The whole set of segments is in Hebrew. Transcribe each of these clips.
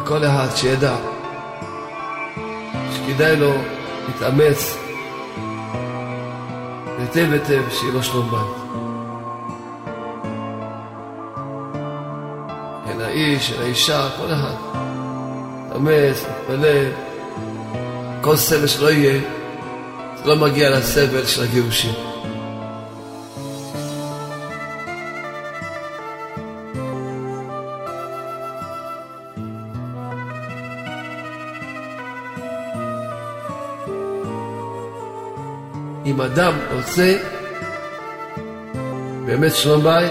כל אחד שידע שכדאי לו להתאמץ היטב היטב שיהיה לו שלום בית. כן, האיש, האישה, כל אחד להתאמץ, להתפלל, כל סבל שלא יהיה, זה לא מגיע לסבל של הגירושים. אם אדם רוצה באמת שלום בית,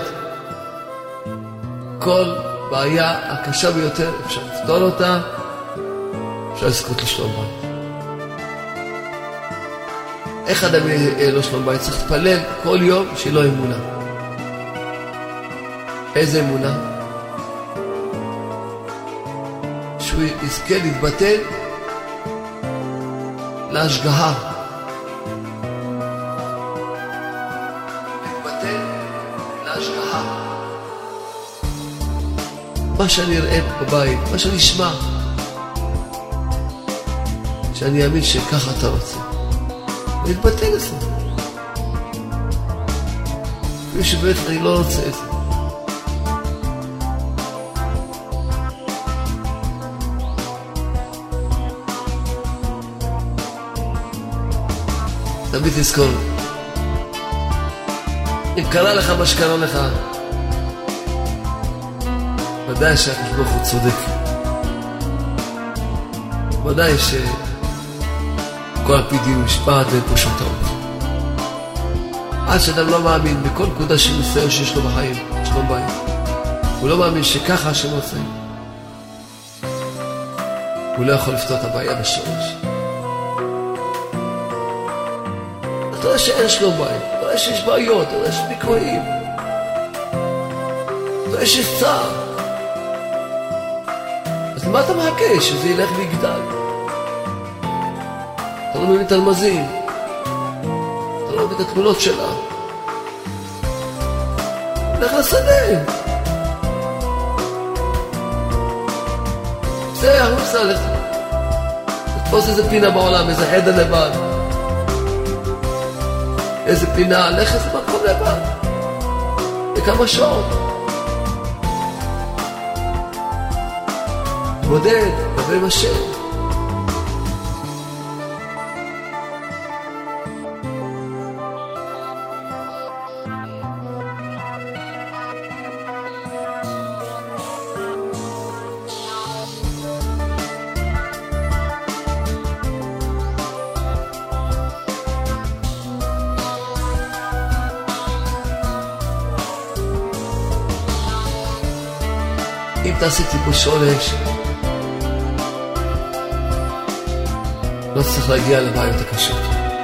כל בעיה הקשה ביותר אפשר לפתור אותה, אפשר לזכות לשלום בית. איך אדם יהיה לו שלום בית? צריך להתפלל כל יום שיהיה לו אמונה. איזה אמונה? שהוא יזכה להתבטל להשגחה. מה שאני אראה בבית, מה שאני אשמע, שאני אאמין שככה אתה רוצה, להתבטל את זה. אפילו שבאמת אני לא רוצה את זה. תמיד תזכור, אם קרה לך מה שקרה לך, ודאי שהקדוש ברוך הוא צודק. ודאי שכל על פי דין משפט ואין פה שום טעות. עד שאדם לא מאמין בכל נקודה של ניסיון שיש לו בחיים, שלום בית, הוא לא מאמין שככה השם רוצה, הוא לא יכול לפתור את הבעיה בשורש. אתה יודע שאין שלום בית, אתה יודע שיש בעיות, אתה יודע שיש ביקורים, אתה יודע שיש צער. אז מה אתה מחכה? שזה ילך ויגדל. אתה לא מבין את הרמזים, אתה לא מבין את התמונות שלה. לך לשדה. זה החוצה, לתפוס איזה פינה בעולם, איזה חדר לבד, איזה פינה, לך איזה מקום לבד בכמה שעות, תמודד, דבר עם השם. אם תעשי טיפוס שורש, לא צריך להגיע לבעיות הקשות.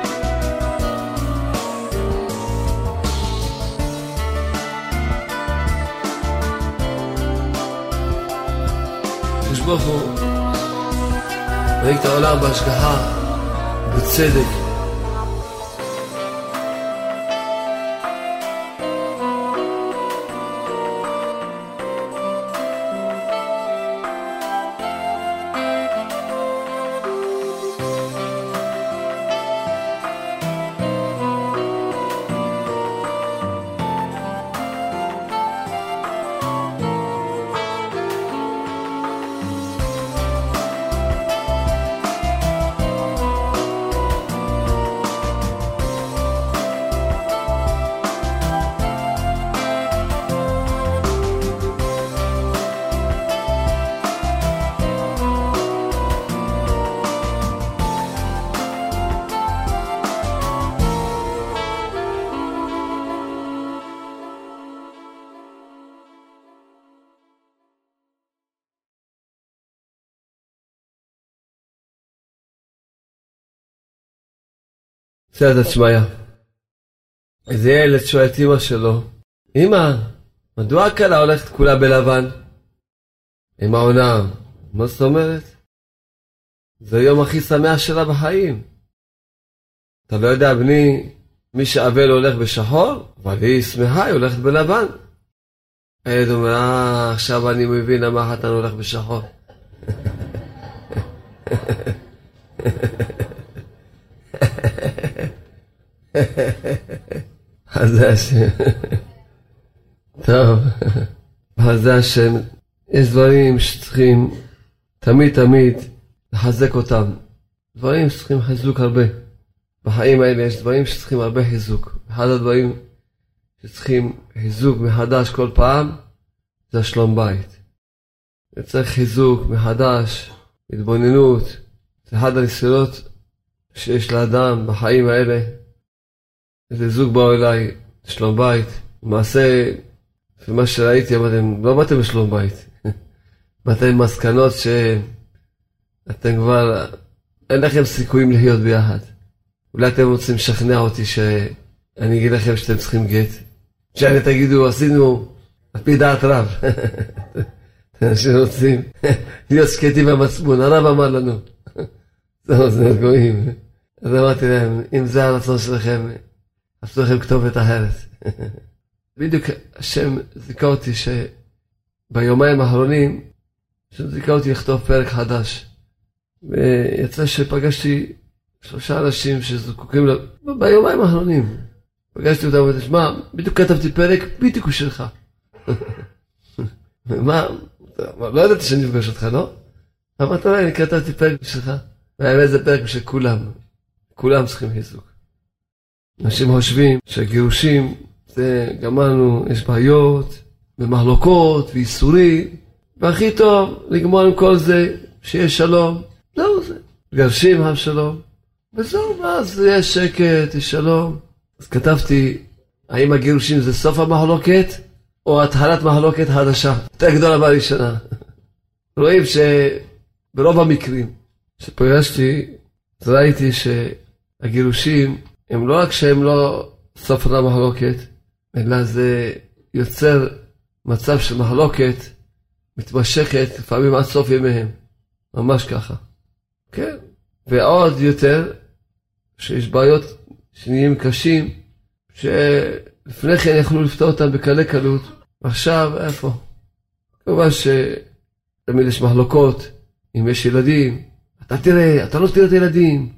הקדוש ברוך הוא מנהיג את העולם בהשגחה, בצדק. סייעתא דשמיא. איזה ילד שואל את אמא שלו, אמא, מדוע הכלה הולכת כולה בלבן? אמא עונה, מה זאת אומרת? זה היום הכי שמח שלה בחיים. אתה לא יודע, בני, מי שאבל הולך בשחור, אבל היא שמחה, היא הולכת בלבן. הילד אומר, עכשיו אני מבין למה החתן הולך בשחור. אז זה השם. טוב, אז זה השם. יש דברים שצריכים תמיד לחזק אותם. דברים שצריכים חיזוק הרבה. בחיים האלה יש דברים שצריכים הרבה חיזוק. אחד הדברים שצריכים חיזוק מחדש כל פעם זה השלום בית. צריך חיזוק מחדש, התבוננות. זה אחד הניסיונות שיש לאדם בחיים האלה. איזה זוג באו אליי, שלום בית. למעשה, ומה שראיתי, לא באתם לשלום בית. באתם עם מסקנות שאתם כבר, אין לכם סיכויים להיות ביחד. אולי אתם רוצים לשכנע אותי שאני אגיד לכם שאתם צריכים גט. שאני תגידו, עשינו על פי דעת רב. אנשים רוצים להיות שקטים במצפון. הרב אמר לנו. זה גויים. אז אמרתי להם, אם זה הרצון שלכם, עשו לכם כתובת אחרת. בדיוק השם זיכה אותי שביומיים האחרונים, השם זיכה אותי לכתוב פרק חדש. ויצא שפגשתי 3 אנשים שזקוקים ביומיים האחרונים. פגשתי אותם ואמרתי, מה, בדיוק כתבתי פרק, בדיוק הוא שלך. מה, לא ידעתי שאני אפגש אותך, לא? אמרת לה, אני כתבתי פרק שלך. והאמת זה פרק של כולם. כולם צריכים חיזוק. אנשים חושבים שהגירושים, זה גמרנו, יש בעיות, ומחלוקות, ואיסורים, והכי טוב לגמור עם כל זה, שיש שלום. זהו זה. גרשים עם שלום. וזהו, ואז יש שקט, יש שלום. אז כתבתי, האם הגירושים זה סוף המחלוקת, או התחלת מחלוקת חדשה? יותר גדולה מהראשונה. רואים שברוב המקרים שפגשתי, אז ראיתי שהגירושים, הם לא רק שהם לא סוף המחלוקת, אלא זה יוצר מצב של מחלוקת מתמשכת, לפעמים עד סוף ימיהם. ממש ככה. כן. ועוד יותר, שיש בעיות שנהיים קשים, שלפני כן יכלו לפתור אותם בקלי קלות. עכשיו, איפה? כמובן שתמיד יש מחלוקות, אם יש ילדים, אתה תראה, אתה לא תראה את הילדים.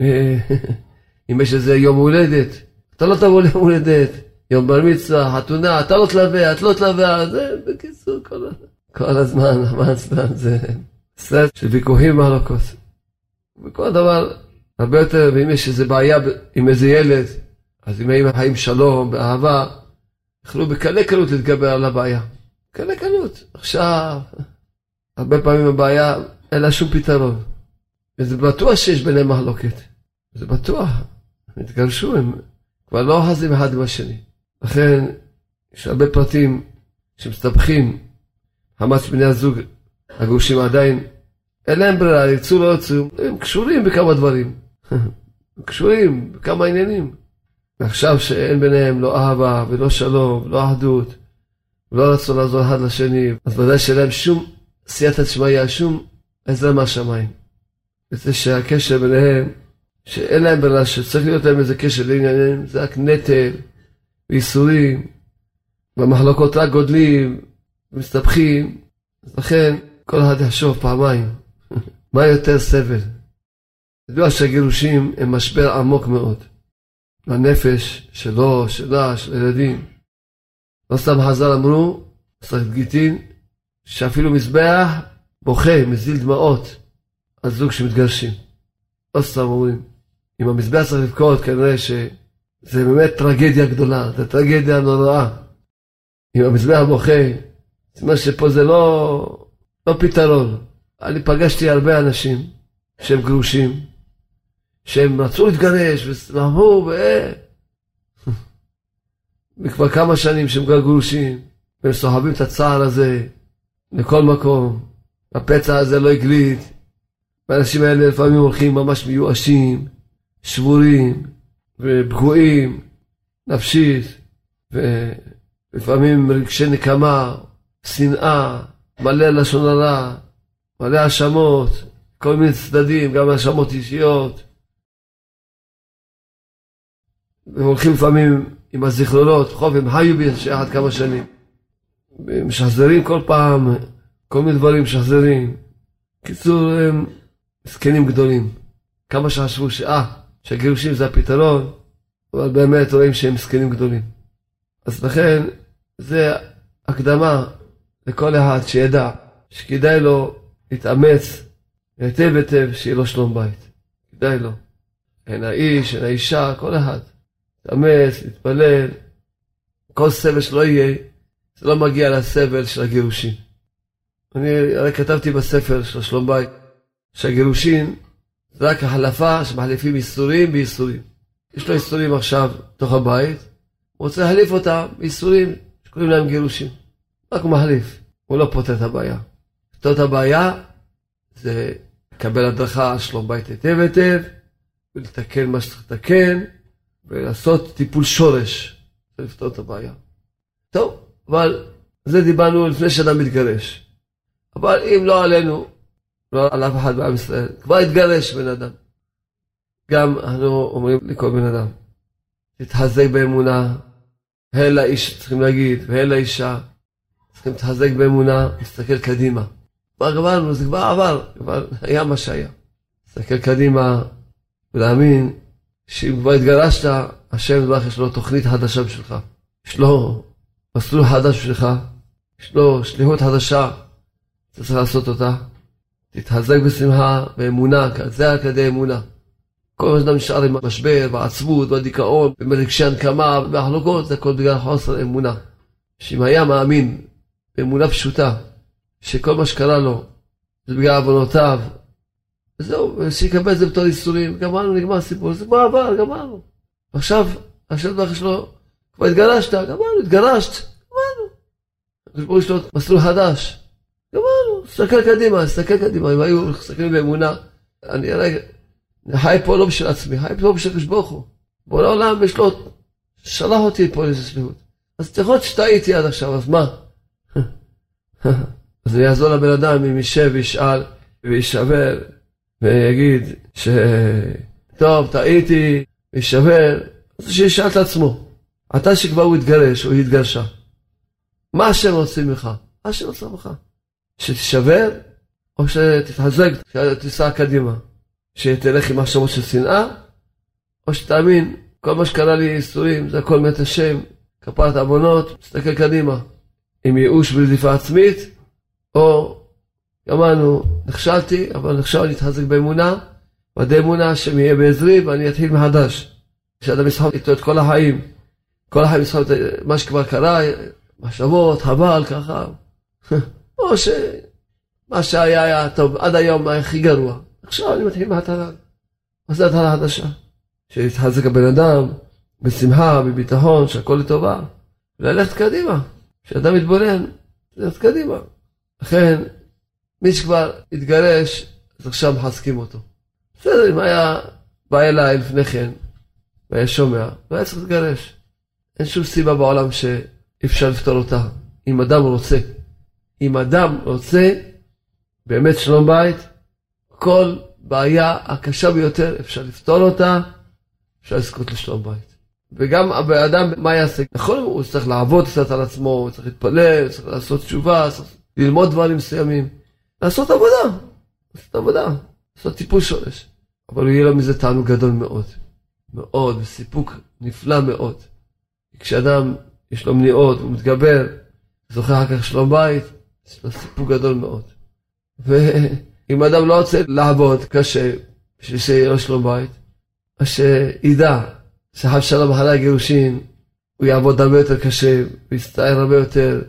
אם יש איזה יום הולדת, אתה לא תבוא ליום הולדת. יום בר מצווה, חתונה, אתה לא תלווה, את לא תלווה. זה בקיצור כל הזמן, זה סרט של ויכוחים ומחלוקות. וכל דבר, הרבה יותר, ואם יש איזה בעיה עם איזה ילד, אז אם הם חיים שלום, באהבה, יכלו בקלי קלות להתגבר על הבעיה. קלי קלות. עכשיו, הרבה פעמים הבעיה, אין לה שום פתרון. וזה בטוח שיש ביניהם מחלוקת. זה בטוח. הם התגרשו, הם כבר לא אוחזים אחד עם השני. לכן, יש הרבה פרטים שמסתבכים, חמאס בני הזוג, הגרושים עדיין, אין להם ברירה, ירצו לא ירצו, הם קשורים בכמה דברים. הם קשורים בכמה עניינים. ועכשיו שאין ביניהם לא אהבה ולא שלום, לא אחדות, ולא רצון לעזור אחד לשני, אז ודאי שאין להם שום סייעתא דשמיא, שום עזרה מהשמיים. וזה שהקשר ביניהם, שאין להם ברירה, שצריך להיות להם איזה קשר לעניינים, זה רק נטל, ואיסורים, והמחלוקות רק גודלים, ומסתבכים. אז לכן, כל אחד יחשוב פעמיים, מה יותר סבל? ידוע שהגירושים הם משבר עמוק מאוד. לנפש שלו, שלה, של ילדים. לא סתם חז"ל אמרו, מסכת גיטין, שאפילו מזבח בוכה, מזיל דמעות, על זוג שמתגרשים. לא סתם אומרים. אם המזבח צריך לבכות, כנראה שזה באמת טרגדיה גדולה, זה טרגדיה נוראה. אם המזבח בוכה, זאת אומרת שפה זה לא פתרון. אני פגשתי הרבה אנשים שהם גרושים, שהם רצו להתגרש וסלחו וכבר כמה שנים שהם כבר גרושים, והם סוחבים את הצער הזה לכל מקום. הפצע הזה לא הגליד, והאנשים האלה לפעמים הולכים ממש מיואשים, שבורים ופגועים נפשית, ולפעמים רגשי נקמה, שנאה, מלא לשון הרע, מלא האשמות, כל מיני צדדים, גם האשמות אישיות. והם הולכים לפעמים עם הזיכרונות, חוב, הם חיו ביחד כמה שנים. הם שחזרים כל פעם, כל מיני דברים שחזרים. קיצור, הם מסכנים גדולים. כמה שחשבו שהגירושים זה הפתרון, אבל באמת רואים שהם מסכנים גדולים. אז לכן, זה הקדמה לכל אחד שידע שכדאי לו להתאמץ היטב היטב שיהיה לו שלום בית. כדאי לו. אין האיש, אין האישה, כל אחד. להתאמץ, להתפלל. כל סבל שלא יהיה, זה לא מגיע לסבל של הגירושים. אני הרי כתבתי בספר של שלום בית, שהגירושים זה רק החלפה שמחליפים איסורים באיסורים. יש לו איסורים עכשיו בתוך הבית, הוא רוצה להחליף אותם באיסורים שקוראים להם גירושים. רק הוא מחליף, הוא לא פותר את הבעיה. פותר את הבעיה זה לקבל הדרכה על שלום בית היטב היטב, ולתקן מה שצריך לתקן, ולעשות טיפול שורש, ולפתור את הבעיה. טוב, אבל זה דיברנו לפני שאדם מתגרש. אבל אם לא עלינו, לא על אף אחד בעם ישראל, כבר התגרש בן אדם. גם אנחנו אומרים לכל בן אדם, תתחזק באמונה, הן לאיש צריכים להגיד, והן לאישה, צריכים להתחזק באמונה, להסתכל קדימה. כבר גמרנו, זה כבר עבר, כבר היה מה שהיה. להסתכל קדימה ולהאמין שאם כבר התגרשת, השם דברך יש לו תוכנית חדשה בשבילך. יש לו מסלול חדש בשבילך, יש לו שליחות חדשה, אתה צריך לעשות אותה. תתחזק בשמחה ואמונה, זה רק כדי אמונה. כל מה שאדם נשאר עם המשבר, בעצבות, בדיכאון, ברגשי הנקמה, במחלוקות, זה הכל בגלל חוסר אמונה. שאם היה מאמין באמונה פשוטה, שכל מה שקרה לו זה בגלל עוונותיו, וזהו, שיקבל את זה בתור איסורים, גמרנו, נגמר הסיפור, זה כבר עבר, גמרנו. עכשיו, השם דברך שלו, כבר התגרשת, גמרנו, התגרשת, גמרנו. יש לו מסלול חדש, גמרנו, תסתכל קדימה, אם היו מסתכלים באמונה, אני חי פה לא בשביל עצמי, חי פה בשביל כשבוך הוא. בוא לעולם, יש לו, שלח אותי פה לאיזה שליחות. אז יכול להיות שטעיתי עד עכשיו, אז מה? אז אני אעזור לבן אדם אם יישב וישאל וישבר ויגיד טוב, טעיתי, וישבר, אז שישאל את עצמו. אתה שכבר הוא התגרש או התגרשה, מה השם רוצה ממך? מה השם רוצה ממך? שתשבר או שתתחזק, שתיסע קדימה? שתלך עם מחשבות של שנאה, או שתאמין, כל מה שקרה לי איסורים, זה הכל מת השם, כפרת עוונות, תסתכל קדימה. עם ייאוש ברדיפה עצמית, או אמרנו, נכשלתי, אבל נכשל להתחזק באמונה, ועדי אמונה השם יהיה בעזרי, ואני אתחיל מחדש. שאדם יסחוב איתו את כל החיים, כל החיים יסחוב את מה שכבר קרה, מחשבות, חבל, ככה. או שמה שהיה היה טוב, עד היום היה הכי גרוע. עכשיו אני מתחיל מהתחלה. אז זה התחלה חדשה. שיתחזק הבן אדם בשמחה, בביטחון, שהכל לטובה. וללכת קדימה. כשאדם מתבונן, ללכת קדימה. לכן, מי שכבר התגרש, אז עכשיו מחזקים אותו. בסדר, אם היה בא אליי לפני כן, והיה שומע, והיה צריך להתגרש. אין שום סיבה בעולם שאי אפשר לפתור אותה. אם אדם רוצה. אם אדם רוצה, באמת שלום בית, כל בעיה הקשה ביותר אפשר לפתור אותה, אפשר לזכות לשלום בית. וגם האדם, מה יעשה? נכון, הוא צריך לעבוד קצת על עצמו, הוא צריך להתפלל, הוא צריך לעשות תשובה, ללמוד דברים מסוימים, לעשות עבודה, לעשות טיפול שורש. אבל יהיה לו מזה תענוג גדול מאוד, מאוד, וסיפוק נפלא מאוד. כשאדם יש לו מניעות, הוא מתגבר, זוכה אחר כך שלום בית, יש לו סיפוק גדול מאוד. אם אדם לא רוצה לעבוד קשה, בשביל שיהיה לו שלום בית, אז שידע שחב שלום אחרי הגירושין, הוא יעבוד הרבה יותר קשה, ויסתער הרבה יותר,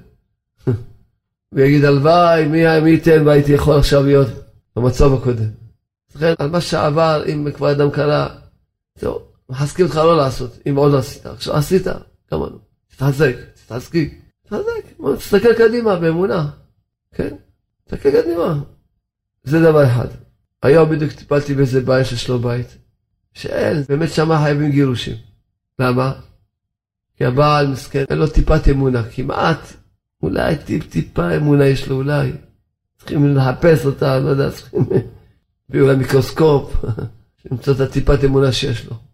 ויגיד הלוואי, מי ייתן והייתי יכול עכשיו להיות במצב הקודם. לכן, על מה שעבר, אם כבר אדם קרה, זהו, מחזקים אותך לא לעשות, אם עוד לא עשית. עכשיו עשית, כמונו, תתחזקי, תסתכל קדימה באמונה, כן? תסתכל קדימה. זה דבר אחד. היום בדיוק טיפלתי באיזה בעיה של שלום בית, שאין, באמת שמה חייבים גירושים. למה? כי הבעל מסכן, אין לו טיפת אמונה, כמעט, אולי טיפה אמונה יש לו, אולי. צריכים לחפש אותה, לא יודע, צריכים להביא אולי מיקרוסקופ, למצוא את הטיפת אמונה שיש לו.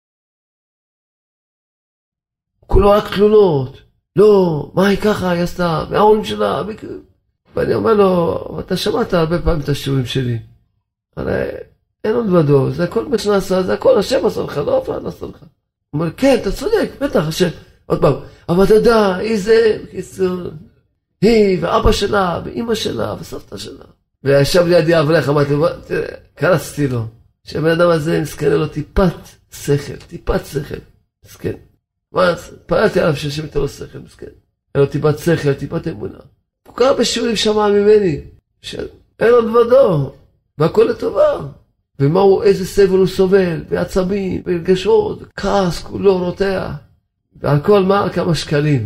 כולו רק תלונות, לא, מה היא ככה, היא עשתה, מההורים שלה, ואני אומר לו, אתה שמעת הרבה פעמים את השיעורים שלי. הרי אין עוד בדו, זה הכל מה שנעשה, זה הכל השם עשה לך, לא אף אחד עשה לך. הוא אומר, כן, אתה צודק, בטח, השם. עוד פעם, אבל אתה יודע, בקיצור, היא ואבא שלה, ואמא שלה, וסבתא שלה. וישב לידי אברך, אמרתי, תראה, קרצתי לו, שהבן אדם הזה מסכן לו טיפת שכל, מסכן. פעלתי עליו שהשם ייתן לו שכל, מסכן. אין לו טיפת שכל, טיפת אמונה. הוא קרא בשיעורים שמע ממני, שאין עוד ודו, והכל לטובה. איזה סבל הוא סובל, בעצבים, ברגשות, כעס, כולו רותח. ועל כל מה? על כמה שקלים.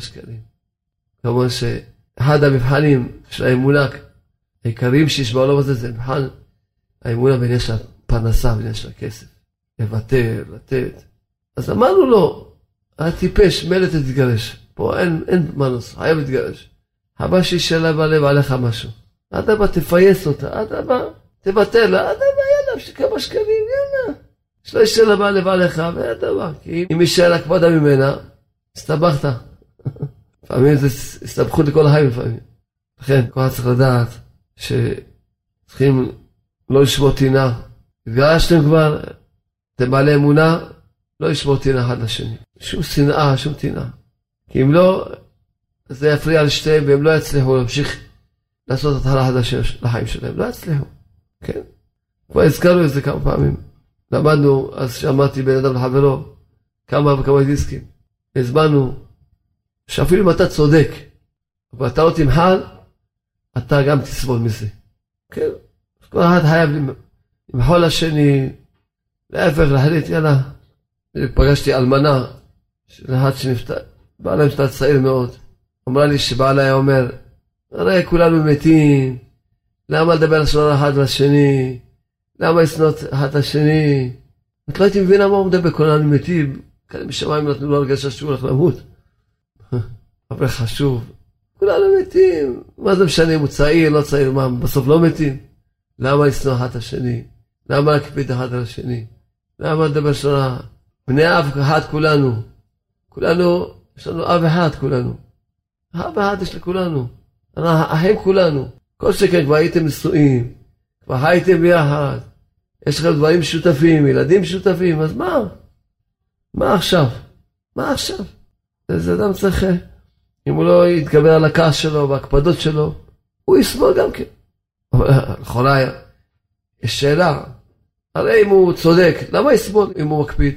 כמובן שאחד המבחנים של האמונה העיקריים שיש בעולם הזה, זה מבחן האמונה בעניין של הפרנסה, בעניין של הכסף. לוותר, לתת. אז אמרנו לו, הטיפש, מלט תתגרש. פה אין מנוס, חייב להתגרש. הבא שישאלה בלב עליך משהו. אדמה תפייס אותה, אדמה תבטל לה, אדמה יאללה, שכמה שקלים, יאללה. שלא ישאלה בלב עליך, ואדמה. כי אם ישאלה כבודה ממנה, הסתבכת. לפעמים זה הסתבכות לכל החיים לפעמים. לכן, כל אחד צריך לדעת שצריכים לא לשמור טינה. התגרשתם כבר, אתם בעלי אמונה, לא לשמור טינה אחד לשני. שום שנאה, שום טינה. כי אם לא, זה יפריע לשתיהם, והם לא יצליחו להמשיך לעשות התחלה חדשה לחיים שלהם. לא יצליחו. כן? כבר הזכרנו את זה כמה פעמים. למדנו, אז שאמרתי בין אדם לחברו, כמה וכמה דיסקים. הזמנו, שאפילו אם אתה צודק, ואתה לא תמחל, אתה גם תסבול מזה. כן? כל אחד חייב למחול לשני, להפך, להחליט, יאללה. פגשתי אלמנה, של אחד שנפטר, בעלה נפטר צעיר מאוד. אמרה לי שבעלה היה אומר, הרי כולנו מתים, למה לדבר לשון אחד לשני? למה לסנות אחד לשני? את לא הייתי מבינה מה הוא מדבר, כולנו מתים, כאלה משמיים נתנו לו הרגשה שהוא הולך למות. אבל חשוב, כולנו מתים, מה זה משנה אם הוא צעיר, לא צעיר, מה, בסוף לא מתים? למה לסנות אחד לשני? למה להקפיד אחד על השני? למה לדבר לשון אחד? בני אב אחד כולנו, יש לנו אב אחד כולנו. אב אחד יש לכולנו. אחים כולנו. כל שכן כבר הייתם נשואים, כבר הייתם ביחד. יש לכם דברים משותפים, ילדים משותפים, אז מה? מה עכשיו? איזה אדם צריך, אם הוא לא יתגבר על הכעס שלו והקפדות שלו, הוא יסבול גם כן. אבל לכאורה, יש שאלה, הרי אם הוא צודק, למה יסבול אם הוא מקפיד?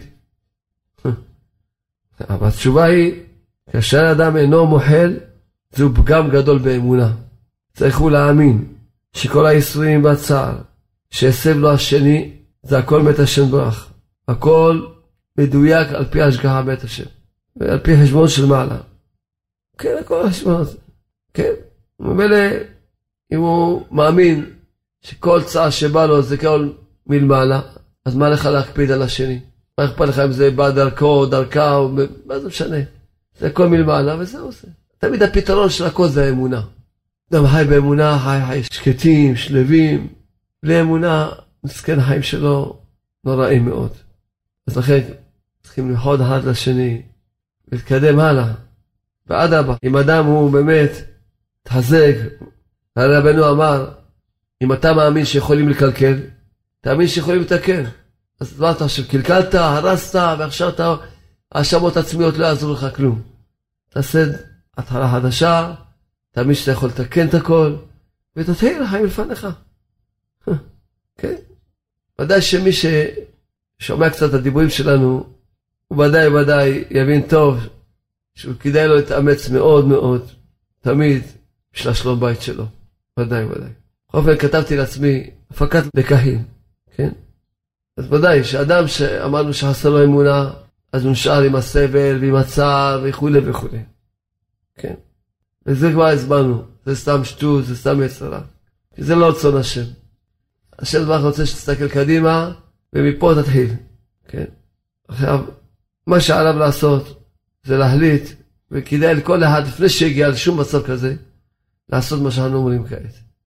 אבל התשובה היא, כאשר אדם אינו מוחל, זהו פגם גדול באמונה. צריכו להאמין שכל היסורים והצער שהסב לו השני, זה הכל מת השם ברך. הכל מדויק על פי השגחה בית השם. ועל פי חשבון של מעלה. כן, הכל החשבון הזה. כן. וממילא, אם הוא מאמין שכל צער שבא לו זה כל מלמעלה, אז מה לך להקפיד על השני? מה אכפת לך אם זה בא דרכו, דרכה, מה זה משנה? זה הכל מלמעלה וזהו זה. תמיד הפתרון של הכל זה האמונה. אדם חי באמונה, חי שקטים, שלווים. בלי אמונה, מסכן החיים שלו נוראים מאוד. אז לכן צריכים לחוד אחד לשני, להתקדם הלאה. ועד הבא, אם אדם הוא באמת תחזק, הרי רבנו אמר, אם אתה מאמין שיכולים לקלקל, תאמין שיכולים לתקן. אז מה אתה עכשיו, קלקלת, הרסת, ועכשיו אתה, האשמות עצמיות לא יעזרו לך כלום. תעשה התחלה חדשה, תאמין שאתה יכול לתקן את הכל, ותתחיל לחיים לפניך. כן? ודאי שמי ששומע קצת את הדיבורים שלנו, הוא ודאי יבין טוב, שהוא כדאי לו להתאמץ מאוד מאוד, תמיד, בשביל השלום בית שלו. ודאי. אופן כתבתי לעצמי, הפקת לקחים, כן? אז ודאי, שאדם שאמרנו שחסר לו אמונה, אז הוא נשאר עם הסבל ועם הצער וכו'. כן? וזה כבר הסברנו, זה סתם שטות, זה סתם יצרה. כי זה לא רצון השם. השם דבר רוצה שתסתכל קדימה, ומפה תתחיל. כן? עכשיו, מה שעליו לעשות, זה להחליט, וכדאי לכל אחד, לפני שהגיע לשום מצב כזה, לעשות מה שאנו אומרים כעת.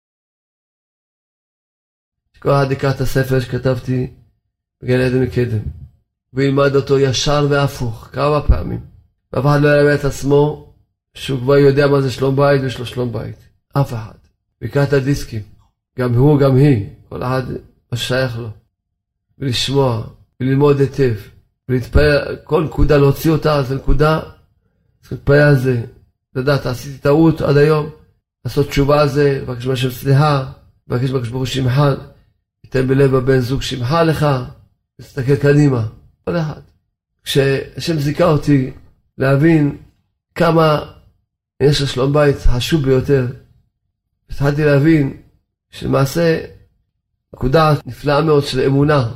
שכל אחד יקרא את הספר שכתבתי, בגן עדן מקדם, וילמד אותו ישר והפוך, כמה פעמים. ואף אחד לא ילמד את עצמו, שהוא כבר יודע מה זה שלום בית, ויש לו שלום בית. אף אחד. ויקרא את הדיסקים. גם הוא, גם היא. כל אחד מה שייך לו, ולשמוע, וללמוד היטב, ולהתפעל, כל נקודה להוציא אותה, זה נקודה, צריך להתפעל על זה, לדעת, עשיתי טעות עד היום, לעשות תשובה על זה, לבקש מהשם סליחה, לבקש מהקדוש ברוך הוא שמחה, ייתן בלב הבן זוג שמחה לך, להסתכל קדימה, כל אחד. כשהשם זיכה אותי להבין כמה יש לשלום בית חשוב ביותר, התחלתי להבין שלמעשה נקודה נפלאה מאוד של אמונה,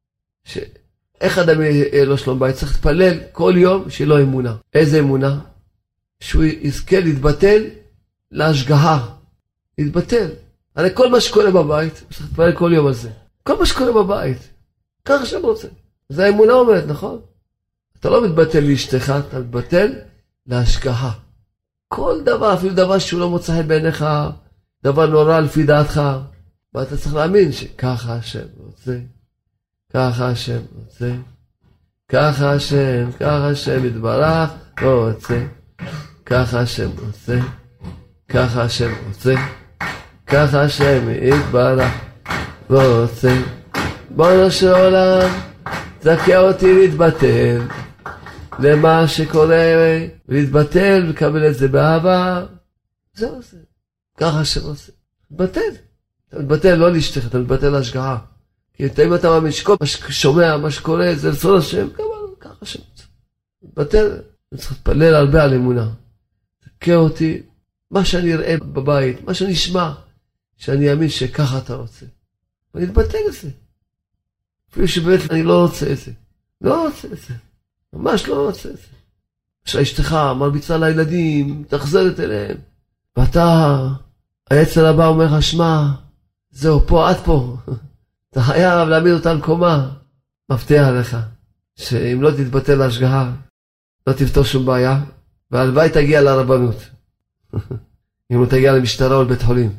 שאיך אדם יהיה לו שלום בית, צריך להתפלל כל יום שיהיה לו אמונה. איזה אמונה? שהוא יזכה להתבטל להשגחה, להתבטל. הרי כל מה שקורה בבית, צריך להתפלל כל יום על זה. כל מה שקורה בבית, ככה שם רוצה. זה האמונה אומרת, נכון? אתה לא מתבטל לאשתך, אתה מתבטל להשגחה. כל דבר, אפילו דבר שהוא לא מוצא חן בעיניך, דבר נורא לפי דעתך, ואתה צריך להאמין שככה השם רוצה, ככה השם רוצה, ככה השם יתברך רוצה, ככה השם רוצה, ככה השם רוצה, ככה השם יתברך רוצה. בונו של עולם, זכה אותי להתבטל למה שקורה, ולהתבטל ולקבל את זה באהבה. זהו זה. ככה השם עושה. מתבטל. אתה מתבטל לא לאשתך, אתה מתבטל להשגחה. כי אם אתה מאמין שכל מה ששומע, מה שקורה, זה רצון השם, ככה השם עושה. מתבטל. אני צריך להתפלל הרבה על אמונה. זכה אותי, מה שאני אראה בבית, מה שאני אשמע, שאני אאמין שככה אתה רוצה. ואני אתבטל את זה. אפילו שבאמת אני לא רוצה את זה. לא רוצה את זה. ממש לא רוצה את זה. כשאשתך מרביצה לילדים, תחזרת אליהם. ואתה, היצר הבא אומר לך, שמע, זהו, פה, עד פה. אתה חייב להעמיד אותה למקומה. מבטיח לך, שאם לא תתבטל להשגחה, לא תפתור שום בעיה, והלוואי תגיע לרבנות. אם לא תגיע למשטרה או לבית חולים.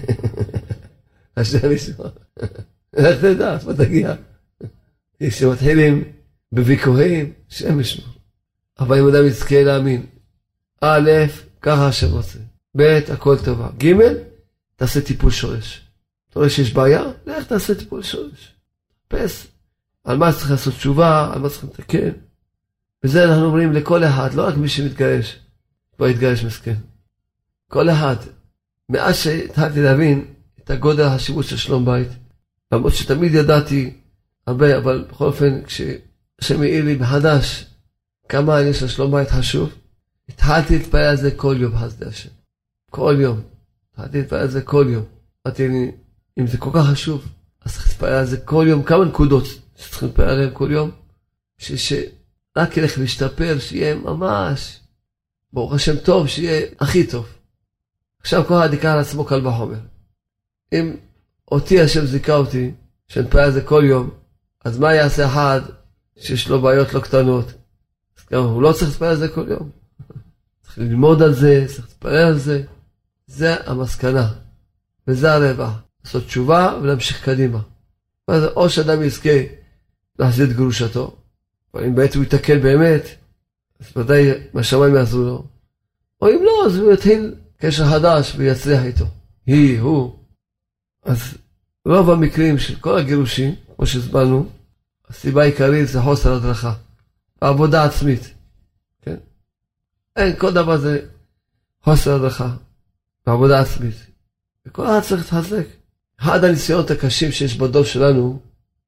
השם לשמוע. איך תדע, איפה תגיע? כשמתחילים בוויכוחים, שם ישמע. אבל אם אדם יזכה להאמין, א', ככה השם רוצה. ב', הכל טובה. ג', תעשה טיפול שורש. אתה רואה שיש בעיה? לך תעשה טיפול שורש. פס. על מה צריך לעשות תשובה, על מה צריך לתקן. וזה אנחנו אומרים לכל אחד, לא רק מי שמתגרש. בוא יתגרש מסכן. כל אחד. מאז שהתחלתי להבין את הגודל החשיבות של שלום בית, למרות שתמיד ידעתי הרבה, אבל בכל אופן, כשהשם העיר לי מחדש כמה העניין של שלום בית חשוב, התחלתי להתפעל על זה כל יום, חסדי השם. כל יום. התחלתי להתפעל על זה כל יום. אמרתי לי, אם זה כל כך חשוב, אז צריך להתפעל על זה כל יום, כמה נקודות שצריכים להתפעל עליהם כל יום, שרק ילך להשתפר, שיהיה ממש, ברוך השם טוב, שיהיה הכי טוב. עכשיו כל אחד יקרא על עצמו קל וחומר. אם אותי השם זיכה אותי, שנתפעל על זה כל יום, אז מה יעשה אחד שיש לו בעיות לא קטנות? אז גם הוא לא צריך להתפעל על זה כל יום. צריך ללמוד על זה, צריך להתפעל על זה. זה המסקנה. וזה הרווח. לעשות תשובה ולהמשיך קדימה. ואז או שאדם יזכה להחזיר את גרושתו, אבל אם בעצם הוא יתקל באמת, אז ודאי מהשמיים יעזרו לו. או אם לא, אז הוא יתחיל קשר חדש ויצליח איתו. הוא. אז רוב המקרים של כל הגירושים, כמו שהסברנו, הסיבה העיקרית זה חוסר הדרכה. העבודה עצמית. כן? אין, כל דבר זה חוסר הדרכה. בעבודה עצמית. וכל אחד צריך להתחזק. אחד הניסיונות הקשים שיש בדור שלנו,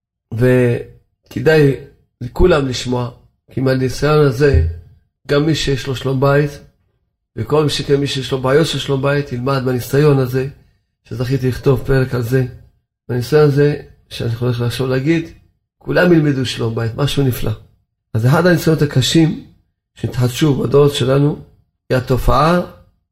וכדאי לכולם לשמוע, כי מהניסיון הזה, גם מי שיש לו שלום בית, וכל מי שיש לו בעיות של שלום בית, ילמד מהניסיון הזה, שזכיתי לכתוב פרק על זה. מהניסיון הזה, שאני הולך לחשוב להגיד, כולם ילמדו שלום בית, משהו נפלא. אז אחד הניסיונות הקשים, שהתחדשו בדורות שלנו, היא התופעה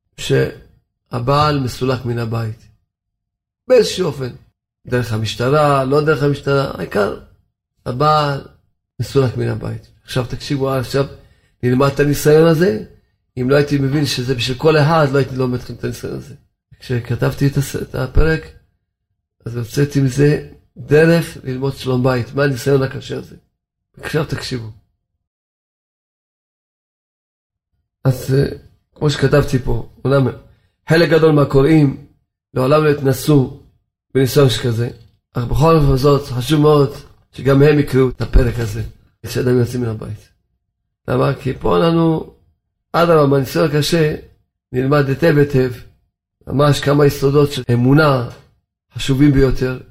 שהבעל מסולק מן הבית. באיזשהו אופן. דרך המשטרה, לא דרך המשטרה, העיקר, הבעל מסולק מן הבית. עכשיו תקשיבו, עכשיו נלמד את הניסיון הזה, אם לא הייתי מבין שזה בשביל כל אחד, לא הייתי לומד את הניסיון הזה. כשכתבתי את הפרק, אז הוצאתי מזה דרך ללמוד שלום בית. מה הניסיון הקשה הזה? עכשיו תקשיבו. אז כמו שכתבתי פה, חלק גדול מהקוראים לעולם לא התנסו בניסיון שכזה. אך בכל זאת חשוב מאוד שגם הם יקראו את הפרק הזה, כשאדם יוצאים מן הבית. למה? כי פה לנו, אדרבה, בניסיון הקשה, נלמד היטב, ממש כמה יסודות של אמונה חשובים ביותר,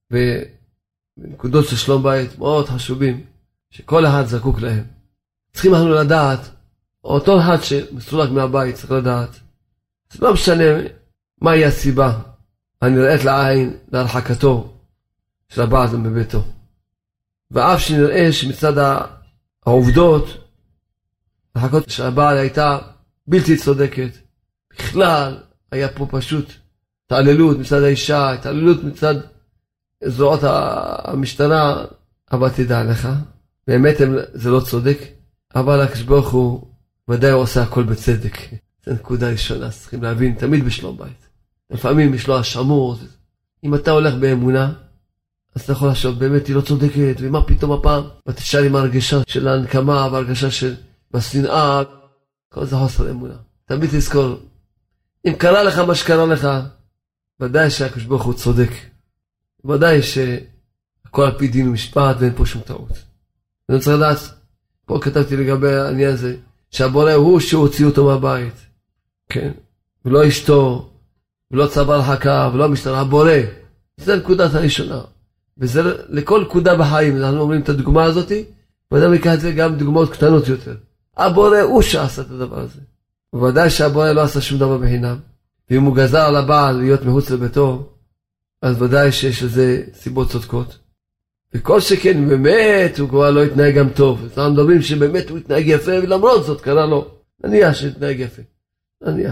ונקודות של שלום בית מאוד חשובים, שכל אחד זקוק להם. צריכים אנחנו לדעת, אותו אחד שמסולק מהבית צריך לדעת, זה לא משנה מהי הסיבה הנראית לעין להרחקתו של הבעל מביתו. ואף שנראה שמצד העובדות, הרחקות של הבעל הייתה בלתי צודקת, בכלל היה פה פשוט התעללות מצד האישה, התעללות מצד זרועות המשטרה, אבל תדע לך, באמת זה לא צודק, אבל הקדוש ברוך הוא ודאי עושה הכל בצדק. זו נקודה ראשונה, צריכים להבין, תמיד בשלום בית. לפעמים יש לו השמור, אם אתה הולך באמונה, אז אתה יכול לחשוב, באמת היא לא צודקת, ומה פתאום הפעם? ותשאר עם הרגשה של ההנקמה, והרגשה של בשנאה, כל זה חוסר אמונה. תמיד תזכור, אם קרה לך מה שקרה לך, ודאי שהקדוש ברוך הוא צודק. ודאי שהכל על פי דין ומשפט, ואין פה שום טעות. אני צריך לדעת, פה כתבתי לגבי העניין הזה, שהבורא הוא שהוציא אותו מהבית, כן? ולא אשתו, ולא צו הרחקה, ולא המשטרה, הבורא. זה נקודת הראשונה. וזה לכל נקודה בחיים, אנחנו אומרים את הדוגמה הזאת, ואדם יקח את זה גם דוגמאות קטנות יותר. הבורא הוא שעשה את הדבר הזה. ובוודאי שהבורא לא עשה שום דבר בחינם. ואם הוא גזר על הבעל להיות מחוץ לביתו, אז ודאי שיש לזה סיבות צודקות. וכל שכן באמת הוא כבר לא התנהג גם טוב. אז אנחנו מדברים שבאמת הוא התנהג יפה, ולמרות זאת קרה לו. נניח שהתנהג יפה. נניח.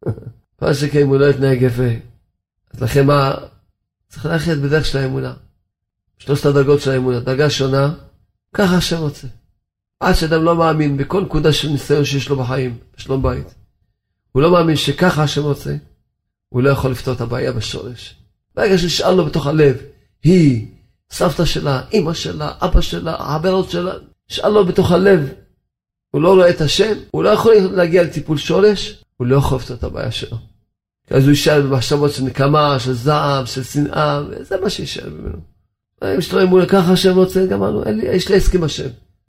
כל שכן הוא לא התנהג יפה. אז לכן מה? צריך ללכת בדרך של האמונה. שלושת הדרגות של האמונה. דרגה שונה, ככה השם רוצה. עד שאדם לא מאמין בכל נקודה של ניסיון שיש לו בחיים, בשלום בית. הוא לא מאמין שככה השם רוצה, הוא לא יכול לפתור את הבעיה בשורש. ברגע שנשאר לו בתוך הלב, היא, סבתא שלה, אמא שלה, אבא שלה, החברות שלה, נשאר לו בתוך הלב, הוא לא רואה את השם, הוא לא יכול להגיע לטיפול שורש, הוא לא יכול לפתור את הבעיה שלו. אז הוא יישאר במחשבות של נקמה, של זעם, של שנאה, וזה מה שישאר ממנו. אם יש לו אמונה ככה השם רוצה, גם יש לי הסכים השם.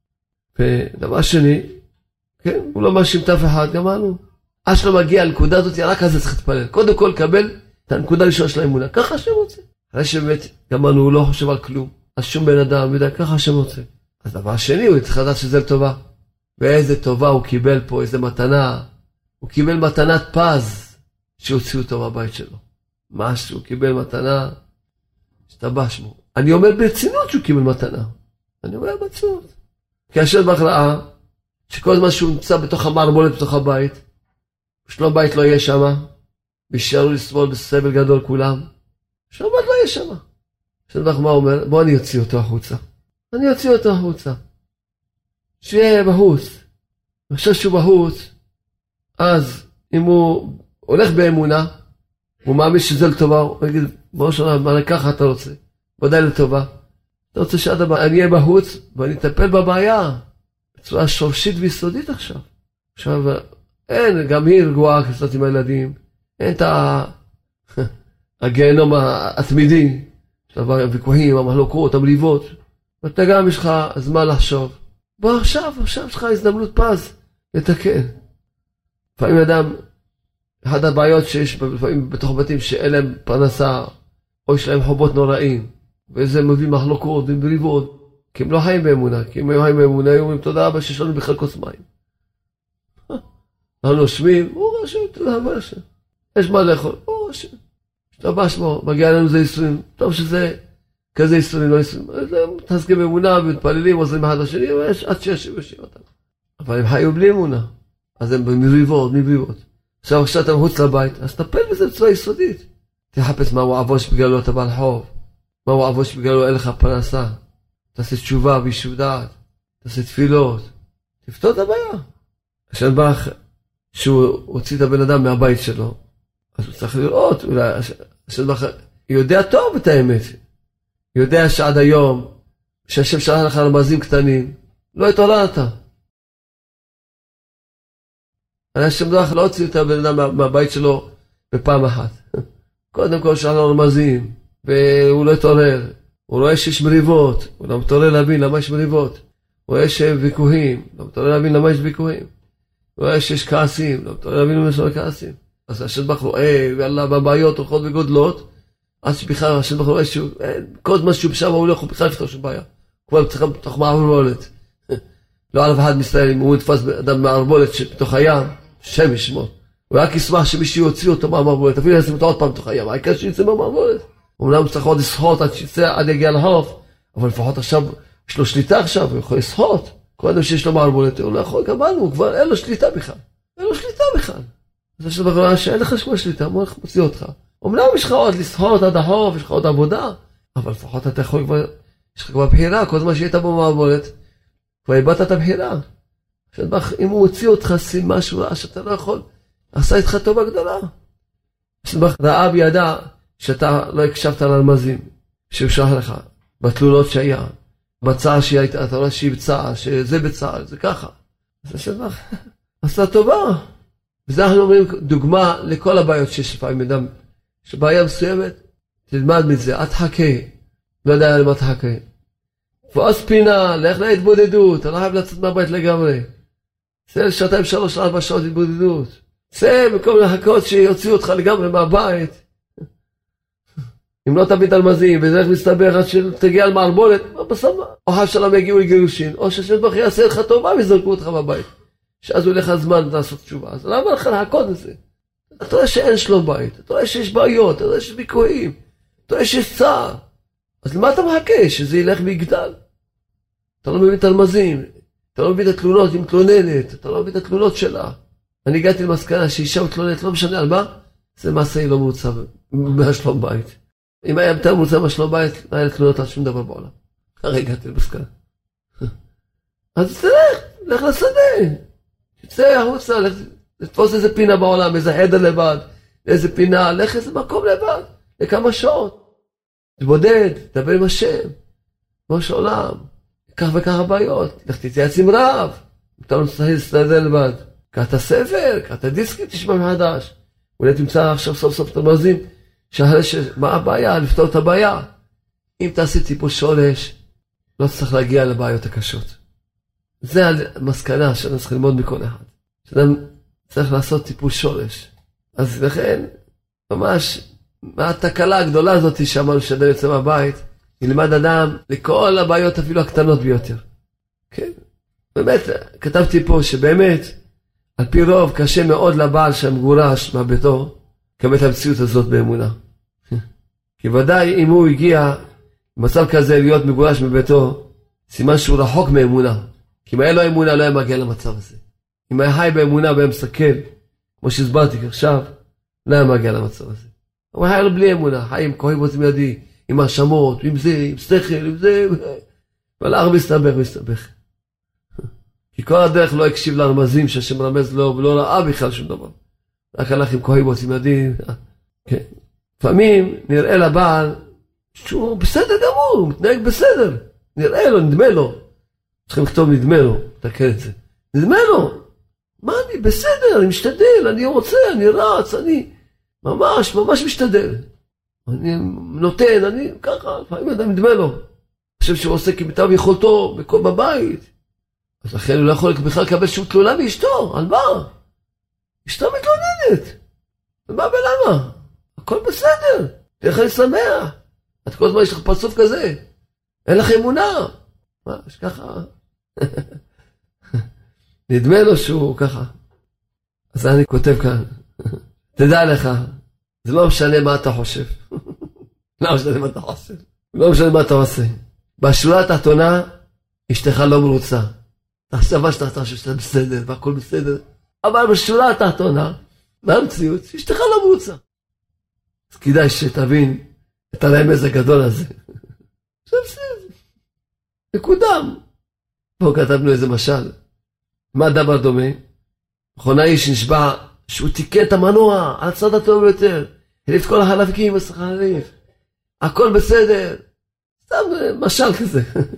ודבר שני, כן, הוא לא מאשים את אף אחד, גם עד שלא מגיע לנקודה הזאת, רק אז זה צריך להתפלל. קודם כל, קבל את הנקודה הראשונה של האמונה. ככה השם רוצה. אחרי שבאמת, גם הוא לא חושב על כלום. אז שום בן אדם, יודע, ככה השם רוצה. אז דבר שני, הוא צריך לדעת שזה לטובה. ואיזה טובה הוא קיבל פה, איזה מתנה. הוא קיבל מתנת פז, שהוציאו אותו מהבית שלו. משהו, הוא קיבל מתנה, השתבש בו. אני אומר ברצינות שהוא קיבל מתנה. אני אומר ברצינות. כי השם ראה, שכל זמן שהוא נמצא בתוך המערבולת, בתוך הבית, שלום בית לא יהיה שמה, וישארו לסבול בסבל גדול כולם, שלום בית לא יהיה שמה. שלום מה אומר? בוא אני אוציא אותו החוצה. אני אוציא אותו החוצה. שיהיה בחוץ. אני חושב שהוא בחוץ, אז אם הוא הולך באמונה, הוא מאמין שזה לטובה, הוא יגיד, בוא שונה, מה ככה אתה רוצה? ודאי לטובה. אתה רוצה שעד הבא, אני אהיה בחוץ, ואני אטפל בבעיה, בצורה שורשית ויסודית עכשיו. עכשיו, אין, גם היא רגועה קצת עם הילדים, אין את הגיהנום התמידי, הוויכוחים, המחלוקות, המריבות, ואתה גם יש לך זמן לחשוב. בוא עכשיו יש לך הזדמנות פז לתקן. לפעמים אדם, אחת הבעיות שיש לפעמים בתוך בתים שאין להם פרנסה, או יש להם חובות נוראים, וזה מביא מחלוקות ומריבות, כי הם לא חיים באמונה, כי אם הם חיים באמונה, הם אומרים תודה רבה שיש לנו בכלל כוס מים. אנחנו נושמים, הוא רשם, תודה רבה השם. יש מה לאכול, הוא רשם. שתבש בו, מגיע לנו זה ייסורים, טוב שזה כזה ייסורים, לא ייסורים. מתעסקים באמונה, מתפללים, עוזרים אחד לשני, עד שישב אותם. אבל הם חיו בלי אמונה, אז הם מריבות. עכשיו כשאתה מחוץ לבית, אז תטפל בזה בצורה יסודית. תחפש מהו עבוד שבגללו אתה בעל חוב, מהו עבוד שבגללו אין לך פרנסה. תעשה תשובה וישוב דעת, תעשה תפילות, תפתור את הבעיה. השם ברך, שהוא הוציא את הבן אדם מהבית שלו, אז הוא צריך לראות, אולי השם ברך יודע טוב את האמת, יודע שעד היום, שהשם שלח לך רמזים קטנים, לא התעוררת. השם ברך לא הוציא את הבן אדם מהבית שלו בפעם אחת. קודם כל שלח לו רמזים, והוא לא התעורר. הוא רואה שיש מריבות, הוא לא מתעורר להבין למה יש מריבות. הוא רואה שיש ויכוחים, לא מתעורר להבין למה יש ויכוחים. הוא רואה שיש כעסים, לא מתעורר להבין למה יש כעסים. אז השם ברוך הוא, ואללה, בבעיות הולכות וגודלות, אז שבכלל השם ברוך הוא רואה כל מה שהוא בשם, הוא לא יכול בכלל לפתור שום בעיה. כבר צריך בתוך מערבולת. לא על אף אחד מישראל, אם הוא נתפס אדם מערבולת בתוך הים, שם ישמור. הוא רק ישמח שמישהו יוציא אותו מהמערבולת, אפילו ישים אותו עוד פעם בתוך הים, העיקר שיצא מהמערבולת. אומנם צריך עוד לשחות עד שיצא, עד יגיע לחוף, אבל לפחות עכשיו, יש לו שליטה עכשיו, הוא יכול לשחות. כל אדם שיש לו מערבולת, הוא לא יכול, גמרנו, הוא כבר אין לו שליטה בכלל. אין לו שליטה בכלל. אז יש לו בגלל שאין לך שום שליטה, מה איך מוציא אותך? אומנם יש לך עוד לשחות עד החוף, יש לך עוד עבודה, אבל לפחות אתה יכול כבר, יש לך כבר בחירה, כל זמן שהיית במערבולת, כבר איבדת את הבחירה. אם הוא מוציא אותך, שים משהו רע שאתה לא יכול, עשה איתך טובה גדולה. ראה בידע שאתה לא הקשבת לרמזים, שהוא שלח לך, בתלונות שהיה, בצער שהייתה, אתה רואה שהיא בצער, שזה בצער, זה ככה. אז השבח, עשה טובה. וזה אנחנו אומרים דוגמה לכל הבעיות שיש לפעמים אדם, שבעיה מסוימת, תלמד מזה, אל תחכה, לא יודע למה תחכה. ועוד פינה, לך להתבודדות, אתה לא חייב לצאת מהבית לגמרי. צא 2, 3, 4 שעות התבודדות. צא במקום לחכות שיוציאו אותך לגמרי מהבית. אם לא תביא תלמזים, וזה איך מסתבר עד שתגיע על מערבולת, בסוף, או חב שלום יגיעו לגירושין, או שהשם ברוך יעשה לך טובה ויזרקו אותך מהבית. שאז הוא ילך הזמן לעשות תשובה. אז למה לך לחכות את זה? אתה רואה שאין שלום בית, אתה רואה שיש בעיות, אתה רואה שיש ויכוחים, אתה רואה שיש צער. אז למה אתה מחכה? שזה ילך ויגדל. אתה לא מבין תלמזים, אתה לא מבין את התלונות, היא מתלוננת, אתה לא מבין את התלונות שלה. אני הגעתי למסקנה שאישה מתלוננת, לא משנה על מה, זה מעשה היא לא מרוצה מהשלום בית. אם היה יותר מרוצה מהשלום בית, לא היה לתלונות על שום דבר בעולם. הרי הגעתי למסקנה. אז לך לשדה. תצא החוצה, לתפוס איזה פינה בעולם, איזה חדר לבד, איזה פינה, לך איזה מקום לבד, לכמה שעות. תבודד, תדבר עם השם, ראש העולם, כך וככה בעיות, לך תתייעץ עם רב, אתה לא צריך להסתדר לבד, קראת את הספר, קראת את הדיסקים, תשמע מחדש, אולי תמצא עכשיו סוף סוף את המרזים, שאחרי מה הבעיה, לפתור את הבעיה. אם תעשי טיפול שורש, לא צריך להגיע לבעיות הקשות. זה המסקנה שאני צריך ללמוד מכל אחד. שאדם צריך לעשות טיפול שורש. אז לכן, ממש, מהתקלה הגדולה הזאת שאמרנו שאדם יוצא מהבית, ילמד אדם לכל הבעיות אפילו הקטנות ביותר. כן? באמת, כתבתי פה שבאמת, על פי רוב קשה מאוד לבעל שמגורש מהביתו, לקבל את המציאות הזאת באמונה. כי ודאי אם הוא הגיע במצב כזה להיות מגורש מביתו, סימן שהוא רחוק מאמונה. כי אם היה לו אמונה, לא היה מגיע למצב הזה. אם היה חי באמונה והיה מסתכל, כמו שהסברתי עכשיו, לא היה מגיע למצב הזה. הוא היה לו בלי אמונה, חי עם כהים בוצים ידי, עם האשמות, עם זה, עם שכל, עם זה, והלך מסתבך. כי כל הדרך לא הקשיב לרמזים שהשם רמז לו, ולא ראה בכלל שום דבר. רק הלך עם כהים בוצים ידי. כן. לפעמים נראה לבעל שהוא בסדר גמור, הוא מתנהג בסדר. נראה לו, נדמה לו. צריכים לכתוב נדמה לו, תקן את זה. נדמה לו. מה אני? בסדר, אני משתדל, אני רוצה, אני רץ, אני ממש משתדל. אני נותן, אני ככה, לפעמים אדם נדמה לו. חושב שהוא עושה כמיטב יכולתו בבית. אז לכן הוא לא יכול בכלל לקבל שום תלונה מאשתו. על מה? אשתו מתלוננת. על מה ולמה? הכל בסדר. תלך אני שמח. את כל הזמן יש לך פרצוף כזה. אין לך אמונה. מה, יש ככה? נדמה לו שהוא ככה. אז אני כותב כאן. תדע לך, זה לא משנה מה אתה חושב. לא משנה מה אתה חושב. לא משנה מה אתה עושה. בשורה התחתונה, אשתך לא מרוצה. תחשבה שאתה חושב שאתה בסדר, והכל בסדר. אבל בשורה התחתונה, במציאות, אשתך לא מרוצה. אז כדאי שתבין את הרמז הגדול הזה. זה בסדר. נקודם. פה כתבנו איזה משל. מה דבר דומה? מכונאי שנשבע שהוא תיקן את המנוע על הצד הטוב ביותר. החליף כל החלקים בסך החליף. הכל בסדר. סתם משל כזה.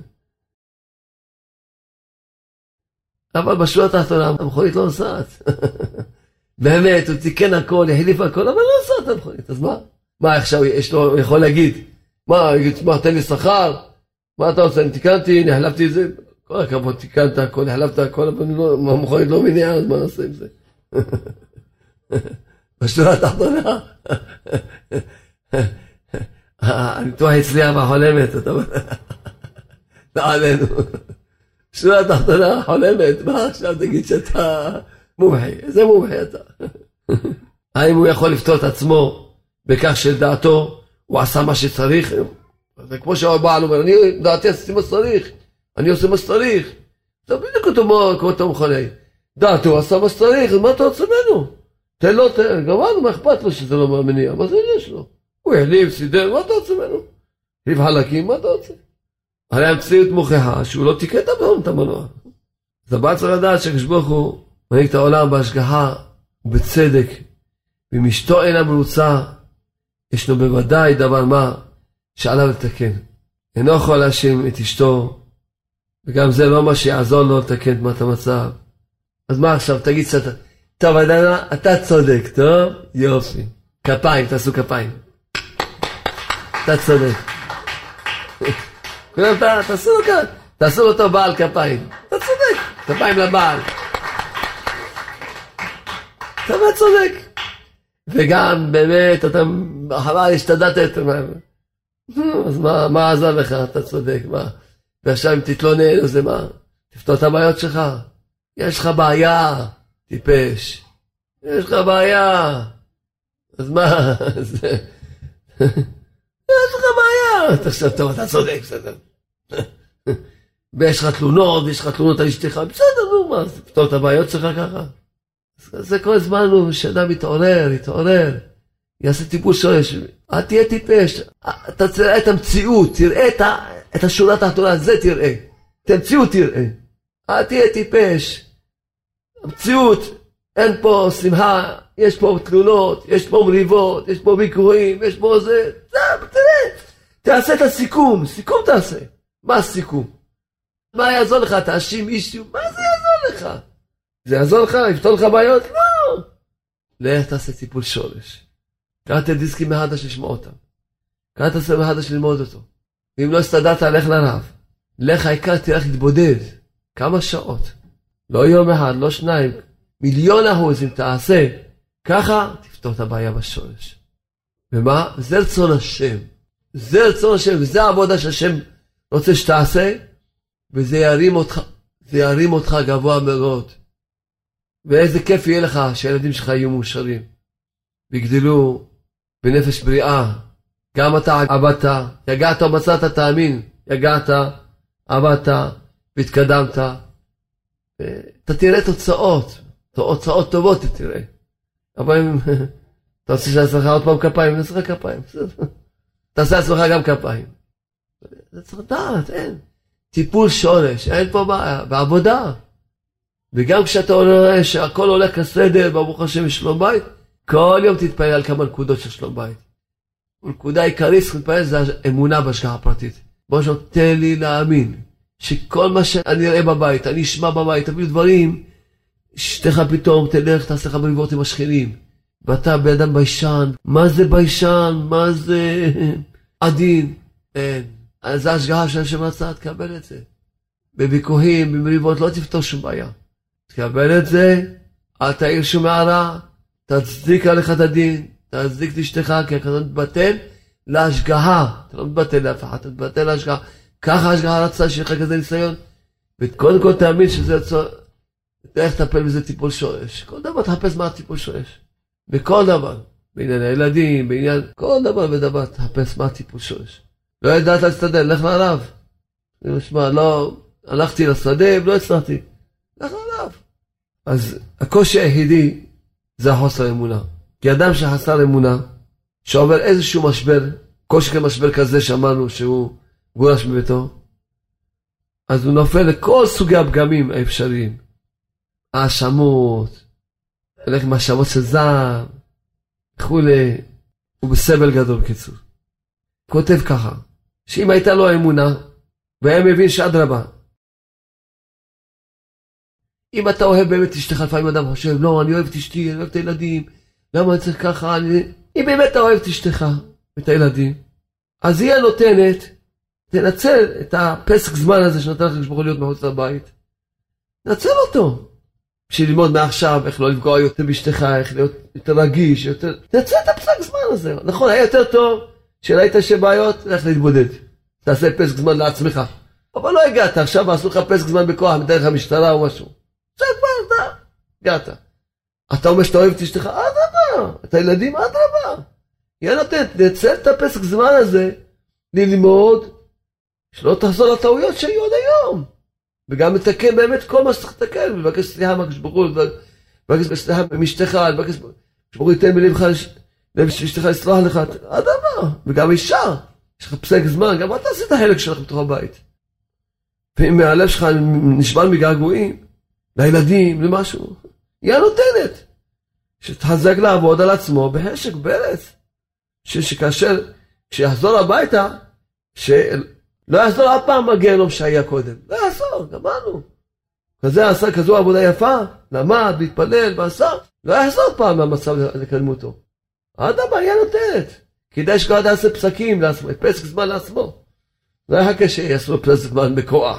אבל בשורה התחתונה המכונית לא נוסעת. באמת, הוא תיקן הכל, החליף הכל, אבל לא נוסעת המכונית. אז מה? מה עכשיו הוא יכול להגיד מה, יגיד, מה, תן לי שכר? מה אתה רוצה? אני תיקנתי, אני החלפתי את זה. כל הכבוד, תיקנת, הכל החלפת, הכל, המכונית לא מניעה, אז מה נעשה עם זה? בשורה התחתונה. הניתוח הצליח והחולמת, אתה אומר, לא עלינו. בשורה התחתונה, חולמת, מה עכשיו תגיד שאתה מומחי? איזה מומחי אתה? האם הוא יכול לפתור את עצמו בכך שלדעתו הוא עשה מה שצריך? זה כמו שהבעל אומר, אני דעתי עשיתי מה שצריך, אני עושה מה שצריך. זה בדיוק כמו אתה מכוני. דעתו הוא עשה מה שצריך, אז מה אתה רוצה ממנו? תן לו, גמרנו, מה אכפת לו שזה לא מניע? מה זה יש לו? הוא החליף, סידר, מה אתה רוצה ממנו? החליף חלקים, מה אתה רוצה? הרי המציאות מוכיחה שהוא לא תיקן את המנוע. אז הבעל צריך לדעת שהקדוש ברוך הוא מנהיג את העולם בהשגחה ובצדק. ואם אשתו אינה מרוצה, ישנו בוודאי דבר מה שעליו לתקן. אינו יכול להאשים את אשתו, וגם זה לא מה שיעזור לו לתקן את המצב. אז מה עכשיו? תגיד שאתה... טוב, אתה צודק, טוב? יופי. כפיים, תעשו כפיים. אתה צודק. כולם, תעשו לו כאן. תעשו לו אותו בעל כפיים. אתה צודק. כפיים לבעל. אתה באמת צודק. וגם באמת, אתה חבל, השתדדת. אז מה עזר לך? אתה צודק. מה? ועכשיו אם תתלונן, אז זה מה? תפתור את הבעיות שלך. יש לך בעיה. טיפש. יש לך בעיה. אז מה? יש לך בעיה. תחשב טוב, אתה צודק, בסדר. ויש לך תלונות, ויש לך תלונות על אשתך, בסדר, נו, מה? תפתור את הבעיות שלך ככה. זה כל הזמן הוא שאדם יתעורר. יעשה טיפול שורש. אל תהיה טיפש. אתה תראה את המציאות, תראה את השורה התחתונה, זה תראה. את המציאות תראה. אל תהיה טיפש. המציאות, אין פה שמחה, יש פה תלונות, יש פה מריבות, יש פה ויכוחים, יש פה זה, תראה, תעשה את הסיכום, סיכום תעשה. מה הסיכום? מה יעזור לך? תאשים אישו, מה זה יעזור לך? זה יעזור לך? יפתור לך בעיות? לא. לך תעשה טיפול שורש. קראת דיסקים מהדש לשמוע אותם. קראת ספר מהדש ללמוד אותו. ואם לא הסתדרת, לך לרב. לך העיקר תלך להתבודד. כמה שעות. לא יום אחד, לא שניים. 1,000,000% אם תעשה. ככה תפתור את הבעיה בשורש. ומה? זה רצון השם. זה רצון השם, וזה העבודה שהשם רוצה שתעשה. וזה ירים אותך גבוה מאוד. ואיזה כיף יהיה לך שהילדים שלך יהיו מאושרים. ויגדלו בנפש בריאה. גם אתה עבדת, יגעת ומצאת, תאמין. יגעת, עבדת, והתקדמת. אתה תראה תוצאות טובות תראה. אבל אם אתה רוצה שעצמך עוד פעם כפיים, נעשה לך כפיים. תעשה עצמך גם כפיים. זה צריך לדעת, אין. טיפול שורש, אין פה בעיה, בעבודה. וגם כשאתה רואה שהכל הולך כסדר, ברוך השם שלום בית, כל יום תתפעל על כמה נקודות של שלום בית. ונקודה עיקרית להתפעל זה האמונה בהשגחה הפרטית. בוא תן לי להאמין שכל מה שאני אראה בבית, אני אשמע בבית, תביא דברים, אשתך פתאום תלך, תעשה לך מריבות עם השכנים. ואתה באדם ביישן, מה זה ביישן? מה זה עדין? אין. אז זה השגחה של השם רצה, תקבל את זה. בוויכוחים, במריבות, לא תפתור שום בעיה. תקבל את זה, אל תעיר שום הערה, תצדיק עליך את הדין, תצדיק את אשתך, כי אתה מתבטל להשגחה. אתה לא מתבטל לאף אחד, אתה מתבטל להשגחה. ככה השגחה רצה שיהיה לך כזה ניסיון. וקודם כל תאמין שזה יצא, איך תטפל בזה טיפול שורש. כל דבר תחפש מה טיפול שורש. בכל דבר. בעניין הילדים, בעניין, כל דבר ודבר תחפש מה טיפול שורש. לא ידעת להסתדר, לך לרב. אני משמע, לא, הלכתי לשדה ולא הצלחתי. לך לרב. אז הקושי היחידי זה החוסר אמונה. כי אדם שחסר אמונה, שעובר איזשהו משבר, קושי כמשבר כזה שאמרנו שהוא גורש מביתו, אז הוא נופל לכל סוגי הפגמים האפשריים. האשמות, הולך עם האשמות של זעם, וכולי, הוא בסבל גדול בקיצור. כותב ככה, שאם הייתה לו אמונה, והיה מבין שאדרבה, אם אתה אוהב באמת אשתך, לפעמים אדם חושב, לא, אני אוהב את אשתי, אני אוהב את הילדים, למה אני צריך ככה? אם באמת אתה אוהב את אשתך, את הילדים, אז היא הנותנת, תנצל את הפסק זמן הזה שנותן לך לשבור להיות מחוץ לבית. נצל אותו. בשביל ללמוד מעכשיו איך לא לפגוע יותר באשתך, איך להיות יותר רגיש, יותר... תנצל את הפסק זמן הזה. נכון, היה יותר טוב שראית שבעיות, לך להתבודד. תעשה פסק זמן לעצמך. אבל לא הגעת, עכשיו עשו לך פסק זמן בכוח, מתן לך משטרה או משהו. זה כבר, אתה הגעת. אתה אומר שאתה אוהב את אשתך, אדרבה. את הילדים, אדרבה. היא נותנת, נצל את הפסק זמן הזה, ללמוד, שלא תחזור לטעויות שהיו עד היום. וגם לתקן באמת כל מה שצריך לתקן, ולבקש סליחה מהקדוש ברוך הוא, ולבקש סליחה מאשתך, ולבקש שברוך הוא ייתן מלבך, לאשתך לסלוח לך, אדמה, וגם אישה, יש לך פסק זמן, גם אתה עשית החלק שלך בתוך הבית. ואם מהלב שלך נשבר מגעגועים, לילדים, למשהו, היא הנותנת, שתחזק לעבוד על עצמו בחשק, ברץ, שכאשר, כשיחזור הביתה, לא יחזור אף פעם הגיהנום שהיה קודם. לא יחזור, גמרנו. כזה עשה כזו עבודה יפה, למד, להתפלל, ועשה. לא יחזור פעם מהמצב לקדמותו. האדם היה נותנת. כדאי שכל אדם יעשה פסקים לעצמו, פסק זמן לעצמו. לא היה קשה, יעשו פסק זמן בכוח.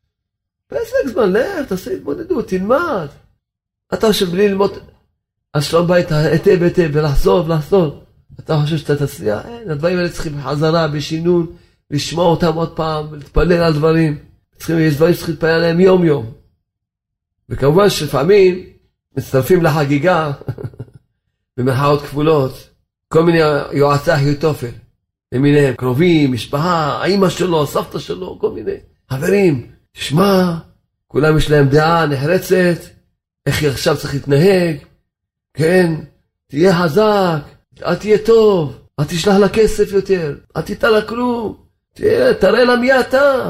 פסק זמן, לך, תעשה התמודדות, תלמד. אתה חושב בלי ללמוד על שלום בית, היטב, ולחזור. אתה חושב שאתה תצליח? אין, הדברים האלה צריכים חזרה, בשינון, לשמוע אותם עוד פעם, ולהתפלל על דברים. יש דברים שצריכים להתפלל עליהם יום. וכמובן שלפעמים מצטרפים לחגיגה, במחאות כפולות, כל מיני יועצי אחיתופל, למיניהם, קרובים, משפחה, האמא שלו, סבתא שלו, כל מיני חברים. תשמע, כולם יש להם דעה נחרצת, איך עכשיו צריך להתנהג, כן, תהיה חזק, אל תהיה טוב, אל תשלח לה כסף יותר, אל תיתן לה כלום, תראה לה מי אתה.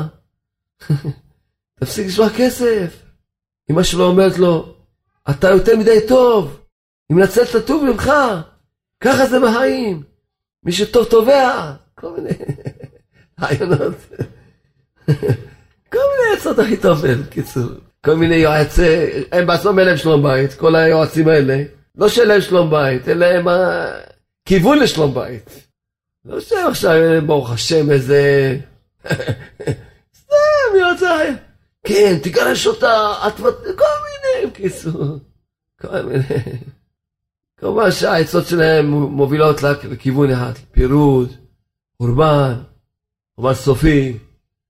תפסיק לשלוח כסף. אמא שלו אומרת לו, אתה יותר מדי טוב, אם נצל את הטוב ממך, ככה זה בחיים. מי שטוב תובע, כל מיני רעיונות. כל מיני עצות הכי טובל, קיצור. כל מיני יועצי, הם בעצמם אין להם שלום בית, כל היועצים האלה. לא שאין להם שלום בית, אלא הם כיוון לשלום בית. לא שהם עכשיו, ברוך השם, איזה... סתם, יועצה. כן, תגרש אותה, כל מיני, קיצור. כל מיני. כמובן שהעצות שלהם מובילות לכיוון אחד. פירוד, חורבן סופי,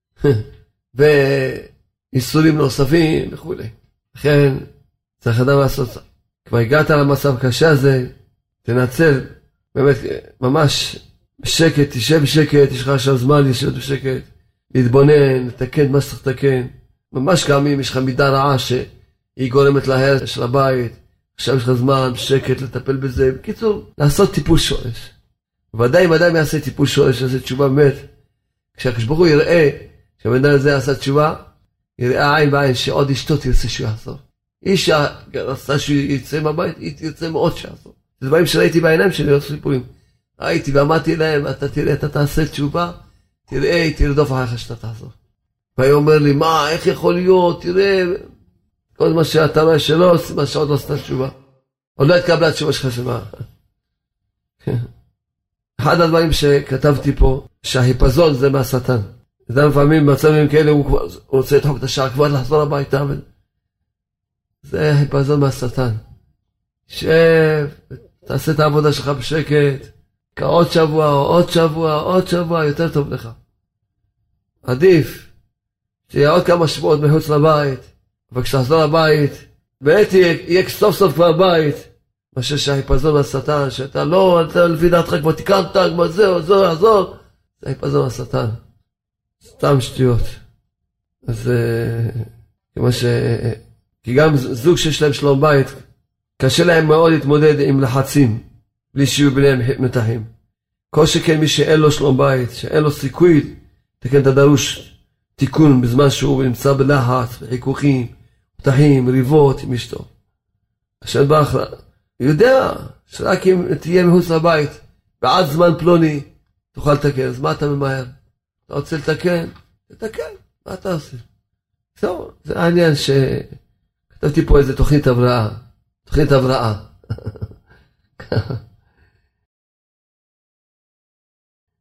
ואיסורים נוספים וכו'. לכן, צריך אדם לעשות. כבר הגעת למצב קשה הזה, תנצל, באמת, ממש בשקט, תשב בשקט, יש לך עכשיו זמן לשבת בשקט, להתבונן, לתקן מה שצריך לתקן. ממש גם אם יש לך מידה רעה שהיא גורמת להרס של הבית, עכשיו יש לך זמן בשקט לטפל בזה. בקיצור, לעשות טיפול שורש. ודאי אם אדם יעשה טיפול שורש, יעשה תשובה באמת, כשהקדוש ברוך הוא יראה שהבן אדם הזה עשה תשובה, יראה עין בעין שעוד אשתו תרצה שהוא יחזור. איש רצה שהוא יצא מהבית, היא תרצה מאוד שיחזור. זה דברים שראיתי בעיניים שלי, לא סיפורים. ראיתי ואמרתי להם, אתה תראה, אתה תעשה תשובה, תראה, היא תרדוף אחריך שאתה תחזור. והיא אומר לי, מה, איך יכול להיות, תראה, כל מה שאתה רואה שלא, מה שעוד לא עשתה תשובה. עוד לא התקבלה תשובה שלך שמה. אחד הדברים שכתבתי פה, שהחיפזון זה מהשטן. אדם לפעמים במצבים כאלה הוא רוצה לדחוק את השער כבר לחזור הביתה, אבל זה החיפזון מהשטן. שב, תעשה את העבודה שלך בשקט, כעוד שבוע, יותר טוב לך. עדיף, שיהיה עוד כמה שבועות מחוץ לבית, אבל כשתחזור לבית, באמת יהיה סוף סוף כבר בית, מאשר שהחיפזון מהשטן, שאתה לא, אתה לפי דעתך כבר תיקנת, כבר זהו, זה החיפזון מהשטן. סתם שטויות. אז כמו כי גם זוג שיש להם שלום בית, קשה להם מאוד להתמודד עם לחצים, בלי שיהיו ביניהם מתחים. כל שכן מי שאין לו שלום בית, שאין לו סיכוי, תקן את הדרוש תיקון בזמן שהוא נמצא בלחץ, בחיכוכים, מתחים, ריבות עם אשתו. השם ברוך יודע שרק אם תהיה מחוץ לבית, בעד זמן פלוני, תוכל לתקן. אז מה אתה ממהר? אתה רוצה לתקן? תתקן. מה אתה עושה? זהו, זה העניין שכתבתי פה איזה תוכנית הבראה. תוכנית הבראה.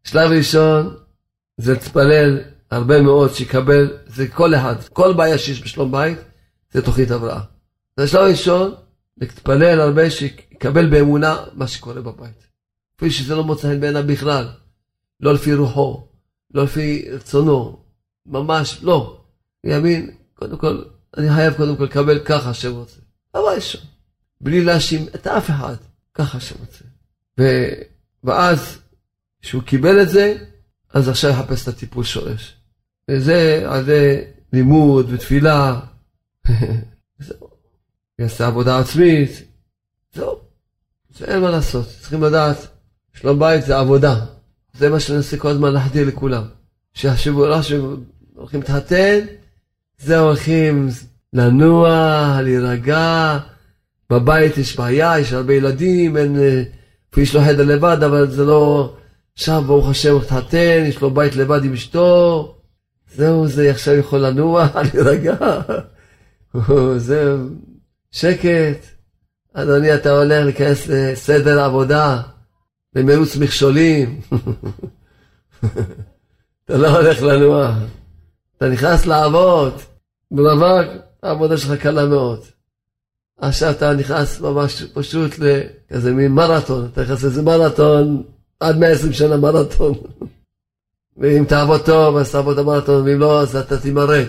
שלב ראשון זה להתפלל הרבה מאוד שיקבל, זה כל אחד, כל בעיה שיש בשלום בית, זה תוכנית הבראה. זה שלב ראשון, להתפלל הרבה שיקבל באמונה מה שקורה בבית. אפילו שזה לא מוצא חן בעיניו בכלל, לא לפי רוחו, לא לפי רצונו, ממש לא. יאמין, קודם כל, אני חייב קודם כל לקבל ככה השם רוצה. אבל ראשון, בלי להאשים את אף אחד, ככה השם רוצה. ואז, כשהוא קיבל את זה, אז עכשיו יחפש את הטיפול שורש. וזה על זה לימוד ותפילה. זהו. יעשה עבודה עצמית. זהו. זה אין מה לעשות. צריכים לדעת, שלום בית זה עבודה. זה מה שננסה כל הזמן להחדיר לכולם. שיחשבו לא שהולכים להתחתן, זה הולכים לנוע, להירגע. בבית יש בעיה, יש הרבה ילדים, יש לו חדר לבד, אבל זה לא... עכשיו ברוך השם הוא התחתן, יש לו בית לבד עם אשתו, זהו, זה עכשיו יכול לנוע, להירגע, זהו, שקט, אדוני אתה הולך להיכנס לסדר עבודה, למרוץ מכשולים, אתה לא הולך לנוע, אתה נכנס לעבוד, ברווק, העבודה שלך קלה מאוד, עכשיו אתה נכנס ממש פשוט לכזה מין מרתון, אתה נכנס לזה מרתון, עד 120 שנה מרתון. ואם תעבוד טוב, אז תעבוד המרתון, ואם לא, אז אתה תימרט.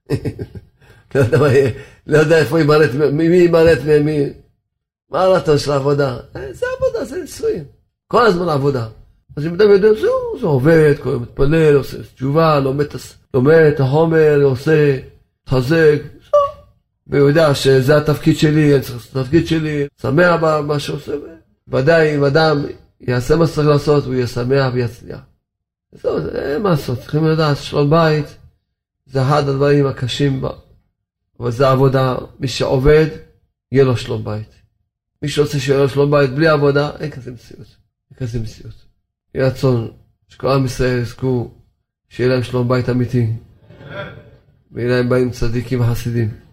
לא יודע איפה ימרט, מי ימרט ממי. מרתון של העבודה. זה עבודה, זה ניסויים. כל הזמן עבודה. אז אם אתם יודעים, זה עובד, כל יום מתפלל, עושה תשובה, לומד את החומר, עושה, תחזק. והוא יודע שזה התפקיד שלי, אני צריך לעשות את התפקיד שלי, שמח במה שעושה. ודאי, אם אדם יעשה מה שצריך לעשות, הוא יהיה שמח ויצליח. זהו, אין מה לעשות, צריכים לדעת, שלום בית, זה אחד הדברים הקשים בה. אבל זה עבודה, מי שעובד, יהיה לו שלום בית. מי שרוצה שיהיה לו שלום בית בלי עבודה, אין כזה מציאות. אין כזה מציאות. יהיה רצון, שכל עם ישראל יזכו, שיהיה להם שלום בית אמיתי. ויהיה להם באים צדיקים וחסידים.